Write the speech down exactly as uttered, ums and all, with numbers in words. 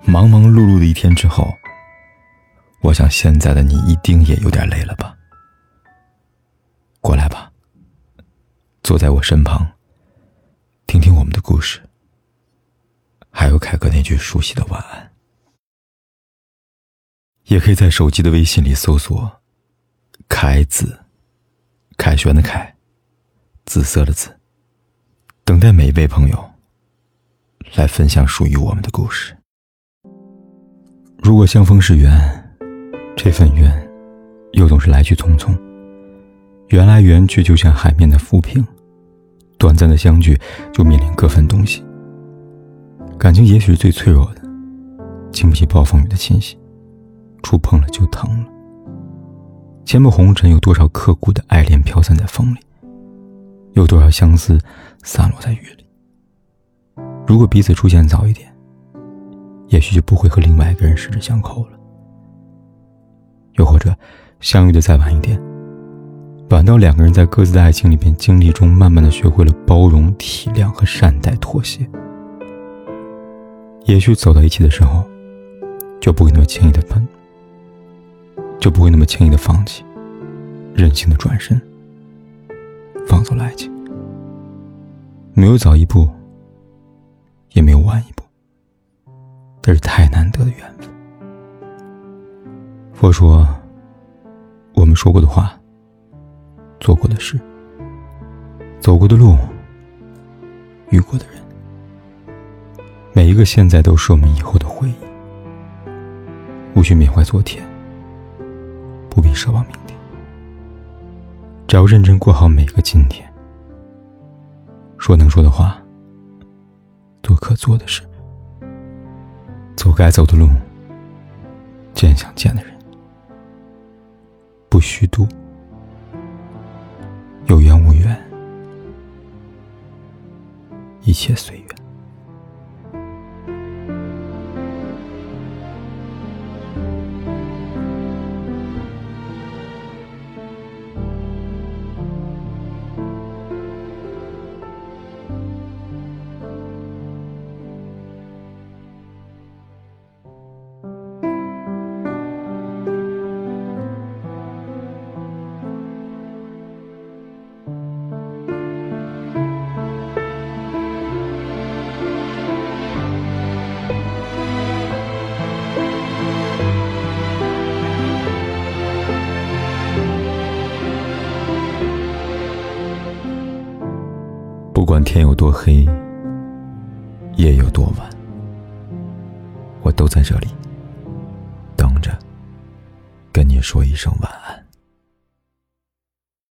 忙忙碌碌的一天之后，我想现在的你一定也有点累了吧。过来吧，坐在我身旁，听听我们的故事，还有凯哥那句熟悉的晚安。也可以在手机的微信里搜索凯子，凯旋的凯，紫色的紫，等待每一位朋友来分享属于我们的故事。如果相逢是缘，这份缘又总是来去匆匆，缘来缘去就像海面的浮萍，短暂的相聚就面临各分东西。感情也许是最脆弱的，经不起暴风雨的侵袭，触碰了就疼了。千波红尘，有多少刻骨的爱恋飘散在风里，有多少相思散落在雨里。如果彼此出现早一点，也许就不会和另外一个人十指相扣了。又或者相遇的再晚一点，晚到两个人在各自的爱情里边经历中慢慢的学会了包容、体谅和善待、妥协。也许走到一起的时候，就不会那么轻易的分，就不会那么轻易的放弃，任性的转身，放走了爱情。没有早一步，也没有晚一步，这是太难得的缘分。佛说，我们说过的话，做过的事，走过的路，遇过的人，每一个现在都是我们以后的回忆。无需缅怀昨天，不必奢望明天，只要认真过好每个今天，说能说的话，做可做的事，走该走的路，见想见的人，不虚度，有缘无缘，一切随缘。不管天有多黑，夜有多晚，我都在这里等着跟你说一声晚安。